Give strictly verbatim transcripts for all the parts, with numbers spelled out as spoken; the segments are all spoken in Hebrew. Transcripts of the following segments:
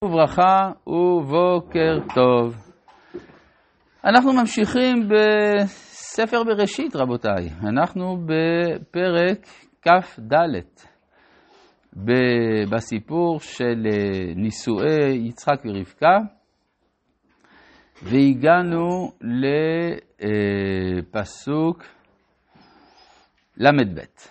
וברכה ובוקר טוב. אנחנו ממשיכים בספר בראשית, רבותיי. אנחנו בפרק כף דלת, בסיפור של נישואי יצחק ורבקה, והגענו לפסוק למד בית.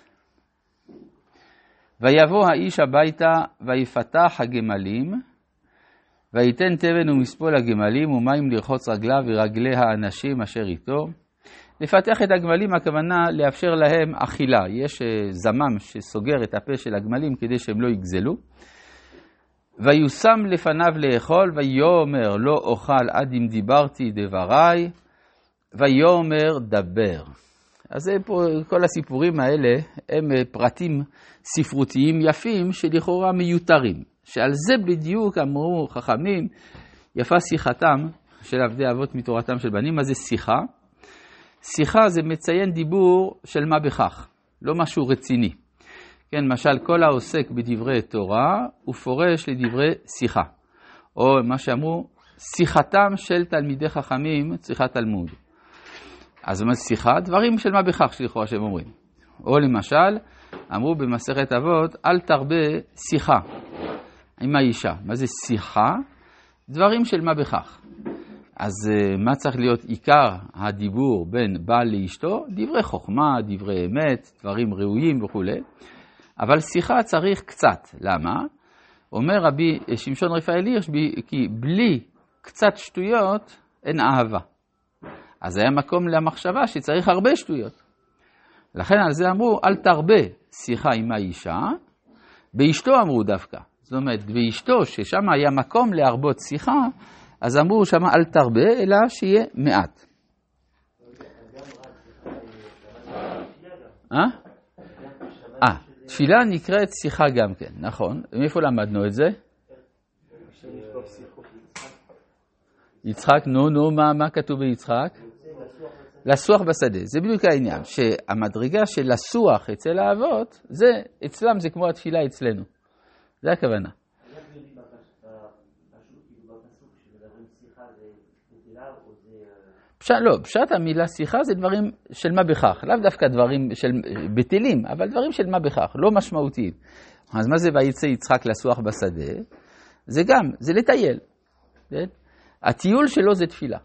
ויבוא האיש הביתה ויפתח הגמלים, ויתן תבן ומספול הגמלים ומים לרחוץ רגליו ורגלי האנשים אשר איתו. לפתח את הגמלים, הכוונה לאפשר להם אכילה. יש זמם שסוגר את הפה של הגמלים כדי שהם לא יגזלו. ויושם לפניו לאכול, ויאמר לא אוכל עד אם דיברתי דבריי, ויאמר דבר. אז פה כל הסיפורים האלה הם פרטים ספרותיים יפים שלכאורה מיותרים. שעל זה בדיוק אמרו חכמים, יפה שיחתם של עבדי אבות מתורתם של בנים. מה זה שיחה? שיחה זה מציין דיבור של מה בכך, לא משהו רציני. כן, למשל, כל העוסק בדברי תורה הוא פורש לדברי שיחה. או מה שאמרו, שיחתם של תלמידי חכמים, שיחת תלמוד. אז מה שיחה? דברים של מה בכך שלכאורה שהם אומרים. או למשל, אמרו במסכת אבות, אל תרבה שיחה עם האישה. מה זה שיחה? דברים של מה בכך. אז מה צריך להיות עיקר הדיבור בין בעל לאשתו? דברי חוכמה, דברי אמת, דברים ראויים וכו'. אבל שיחה צריך קצת. למה? אומר רבי שמשון רפאל הירש, כי בלי קצת שטויות אין אהבה. אז היה מקום למחשבה שצריך הרבה שטויות. לכן על זה אמרו, אל תרבה שיחה עם האישה, באשתו אמרו דווקא. זאת אומרת, באשתו ששם היה מקום להרבות שיחה, אז אמרו שם אל תרבה, אלא שיהיה מעט. אה? אה, תפילה נקראת שיחה גם כן, נכון. מאיפה למדנו את זה? יצחק, נו, נו, מה, מה כתוב ביצחק? לסוח בשדה. זה בדיוק העניין, שהמדרגה של לסוח אצל האבות, זה, אצלם זה כמו התפילה אצלנו. זה הכוונה. פשט, לא, פשט המילה שיחה זה דברים של מה בכך, לאו דווקא דברים של בטלים, אבל דברים של מה בכך, לא משמעותיים. אז מה זה ויצא יצחק לסוח בשדה? זה גם, זה לטייל. הטיול שלו זה תפילה.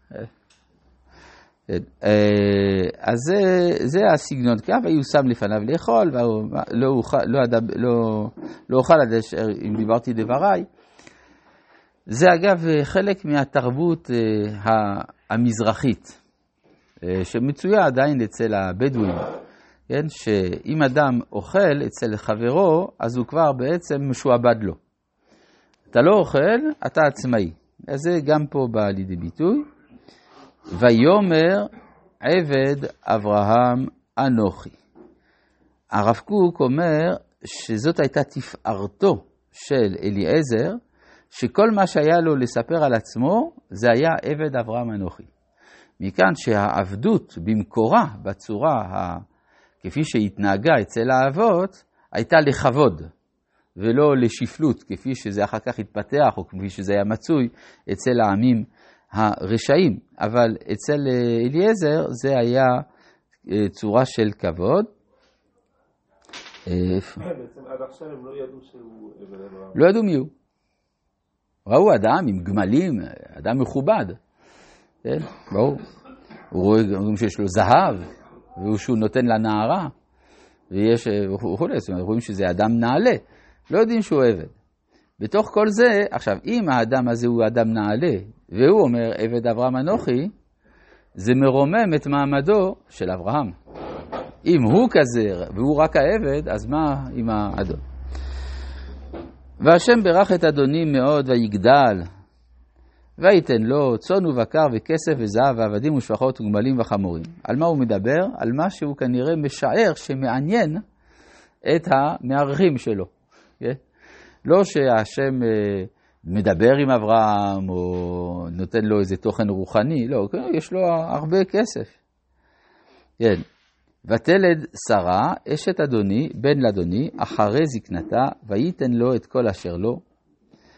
אז זה, זה הסגנון כך, ויושם לפניו לאכול, ולא אוכל, לא, לא, לא אוכל עד אשר אם דיברתי דבריי. זה אגב חלק מהתרבות המזרחית, שמצויה עדיין אצל הבדואים, כן? שאם אדם אוכל אצל חברו, אז הוא כבר בעצם משועבד לו. אתה לא אוכל, אתה עצמאי. אז זה גם פה בא לידי ביטוי. ויאמר עבד אברהם אנוכי. הרב קוק אומר שזאת הייתה תפארתו של אליעזר, שכל מה שהיה לו לספר על עצמו זה היה עבד אברהם אנוכי. מכאן שהעבדות במקורה בצורה ה... כפי שהתנהגה אצל האבות הייתה לכבוד ולא לשפלות כפי שזה אחר כך התפתח או כפי שזה היה מצוי אצל העמים הרשעים. אבל אצל אליעזר זה היה צורה של כבוד. בעצם עד עכשיו הם לא ידעו שהוא עבד אברהם. לא ידעו מי הוא. ראו אדם עם גמלים, אדם מכובד. כן, ברור. רואים שיש לו זהב, ושהוא נותן לנערה, ויש, וכו', זאת אומרת, רואים שזה אדם נעלה. לא יודעים שהוא עבד. בתוך כל זה, עכשיו, אם האדם הזה הוא אדם נעלה, והוא אומר עבד אברהם אנוכי, זה מרומם את מעמדו של אברהם. אם הוא כזה, והוא רק העבד, אז מה עם האדון? והשם ברך את אדוני מאוד ויגדל, ויתן לו צאן ובקר וכסף וזהב ועבדים ושפחות וגמלים וחמורים. על מה הוא מדבר? על מה שהוא כנראה משער שמעניין את המארחים שלו. Okay? לא שהשם מדבר עם אברהם או נותן לו איזה תוכן רוחני, לא, יש לו הרבה כסף. כן. ותלד שרה, אשת אדוני, בן לאדוני, אחרי זקנתה, וייתן לו את כל אשר לו.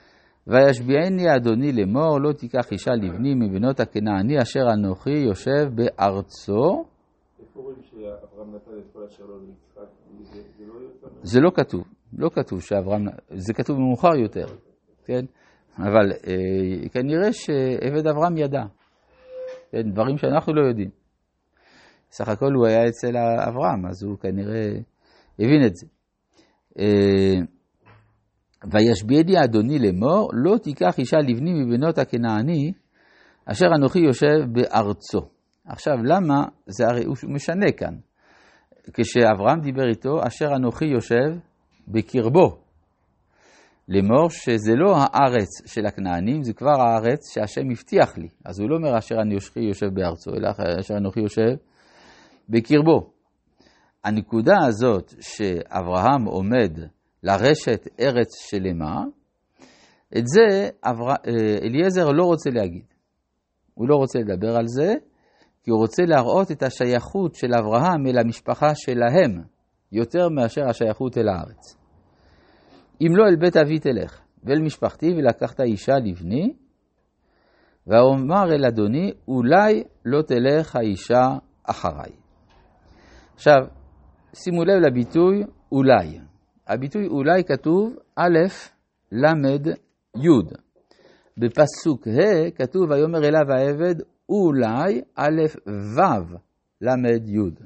וישביעני אדוני לאמור, לא תיקח אישה לבני מבנות הכנעני אשר אנוכי יושב בארצו. איפה רואים שאברהם נתן את כל אשר לו ליצחק? זה לא יותר? זה לא כתוב, לא כתוב שאברהם, זה כתוב מאוחר יותר, כן? אבל אה, כנראה שעבד אברהם ידע, כן? דברים שאנחנו לא יודעים. סך הכל הוא היה אצל אברהם, אז הוא כנראה הבין את זה. אה, וישביעני אדוני לאמור, לא תיקח אישה לבני מבנות הכנעני, אשר אנוכי יושב בארצו. עכשיו, למה? זה הרי הוא משנה כאן. כשאברהם דיבר איתו, אשר אנוכי יושב בקרבו. לאמור שזה לא הארץ של הכנענים, זה כבר הארץ שהשם הבטיח לי. אז הוא לא אומר אשר אנוכי יושב בארצו, אלא אשר אנוכי יושב בקרבו. הנקודה הזאת שאברהם עומד לרשת ארץ שלמה, את זה אליעזר לא רוצה להגיד. הוא לא רוצה לדבר על זה, כי הוא רוצה להראות את השייכות של אברהם אל המשפחה שלהם, יותר מאשר השייכות אל הארץ. אם לא אל בית אבי תלך, ואל משפחתי ולקחת אישה לבני, ואומר אל אדוני, אולי לא תלך האישה אחריי. עכשיו, שימו לב לביטוי אולי. הביטוי אולי כתוב א' למד י'. בפסוק ה' כתוב ויאמר אליו העבד אולי א' ו' למד י'.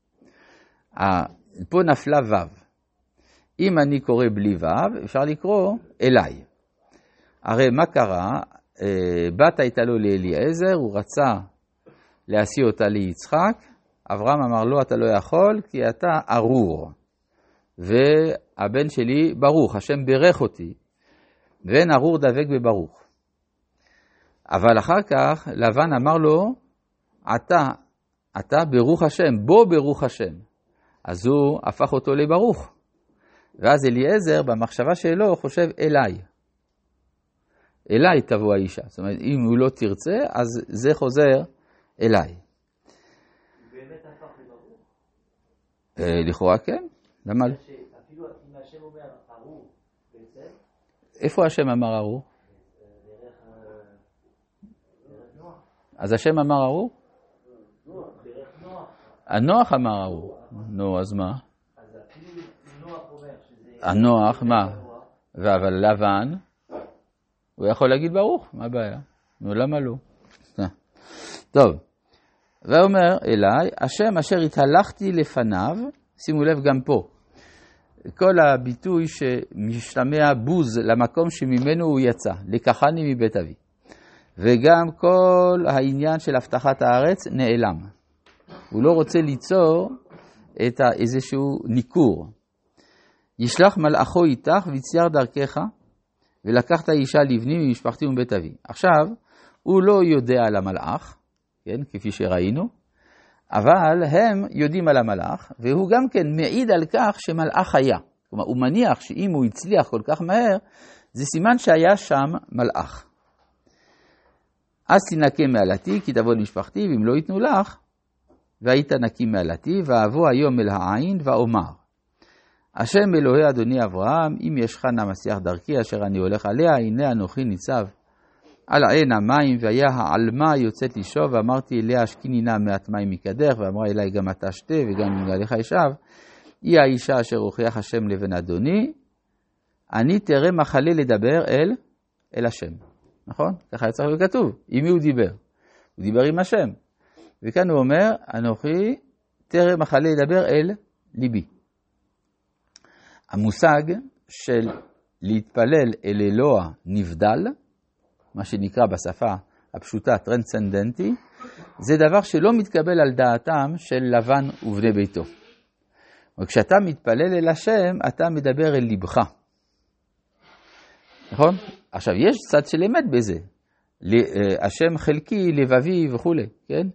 פה נפלה ו'. אם אני קורא בלי ו' אפשר לקרוא אליי. הרי מה קרה? בת הייתה לו לאליעזר, הוא רצה להשיא אותה ליצחק, אברהם אמר לו אתה לא יכול כי אתה ארור. והבן שלי ברוך, השם ברך אותי, ואין ארור דבק בברוך. אבל אחר כך לבן אמר לו, אתה, אתה ברוך השם, בו ברוך השם. אז הוא הפך אותו לברוך. ואז אליעזר במחשבה שלו חושב אליי. אליי תבוא האישה. זאת אומרת, אם הוא לא תרצה, אז זה חוזר אליי. באמת הפך לברוך? לכאורה כן. למה? אפילו אם השם אומר ארור בעצם? איפה השם אמר ארור? אז השם אמר ארור? דרך נוח. הנוח אמר ארור. נו, אז מה? אז אפילו נוח אומר שזה... הנוח, מה? אבל לבן, הוא יכול להגיד ברוך, מה הבעיה? נו, למה לא? טוב, ואומר אליי, השם אשר התהלכתי לפניו, שימו לב גם פה, כל הביטוי שמשתמע בוז למקום שממנו הוא יצא, לקחני מבית אבי. וגם כל העניין של הבטחת הארץ נעלם. הוא לא רוצה ליצור את איזשהו ניכור. ישלח מלאכו איתך ויצייר דרכך, ולקחת אישה לבני ממשפחתי ומבית אבי. עכשיו, הוא לא יודע על המלאך, כן, כפי שראינו, אבל הם יודעים על המלאך, והוא גם כן מעיד על כך שמלאך היה. כלומר, הוא מניח שאם הוא הצליח כל כך מהר, זה סימן שהיה שם מלאך. אז תנקה מעלתי, כי תבוא למשפחתי, ואם לא ייתנו לך, והיית נקי מעלתי, ואבוא היום אל העין, ואומר, השם אלוהי אדוני אברהם, אם ישך נא משיח דרכי, אשר אני הולך עליה, הנה אנוכי ניצב על עין המים, והיה העלמה יוצאת לשוב, ואמרתי אליה, השקיני נא מעט מים מקדך, ואמרה אליי גם אתה שתה, וגם עליך ישב, היא האישה אשר הוכיח השם לבן אדוני, אני תראה מחלה לדבר אל, אל השם. נכון? ככה יצא וכתוב, עם מי הוא דיבר? הוא דיבר עם השם. וכאן הוא אומר, אנוכי תראה מחלה לדבר אל ליבי. המושג של להתפלל אל אלוה נבדל, מה שנקרא בשפה הפשוטה טרנסצנדנטי, זה דבר שלא מתקבל על דעתם של לבן ובני ביתו. וכשאתה מתפלל אל השם, אתה מדבר אל ליבך. נכון? עכשיו, יש צד של אמת בזה. השם חלקי, לבבי וכו', כן?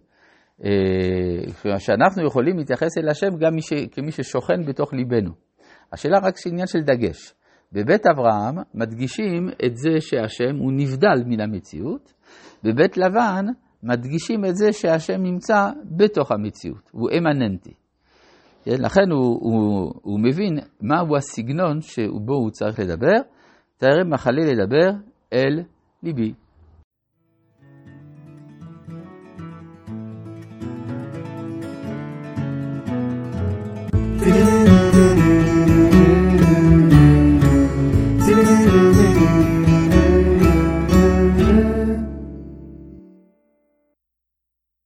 שאנחנו יכולים להתייחס אל השם גם כמי ששוכן בתוך ליבנו. השאלה רק שעניין של דגש. בבית אברהם מדגישים את זה שהשם הוא נבדל מן המציאות, בבית לבן מדגישים את זה שהשם נמצא בתוך המציאות, הוא אמננטי. לכן הוא, הוא, הוא מבין מהו הסגנון שבו הוא צריך לדבר, תראה מחלה לדבר אל ליבי.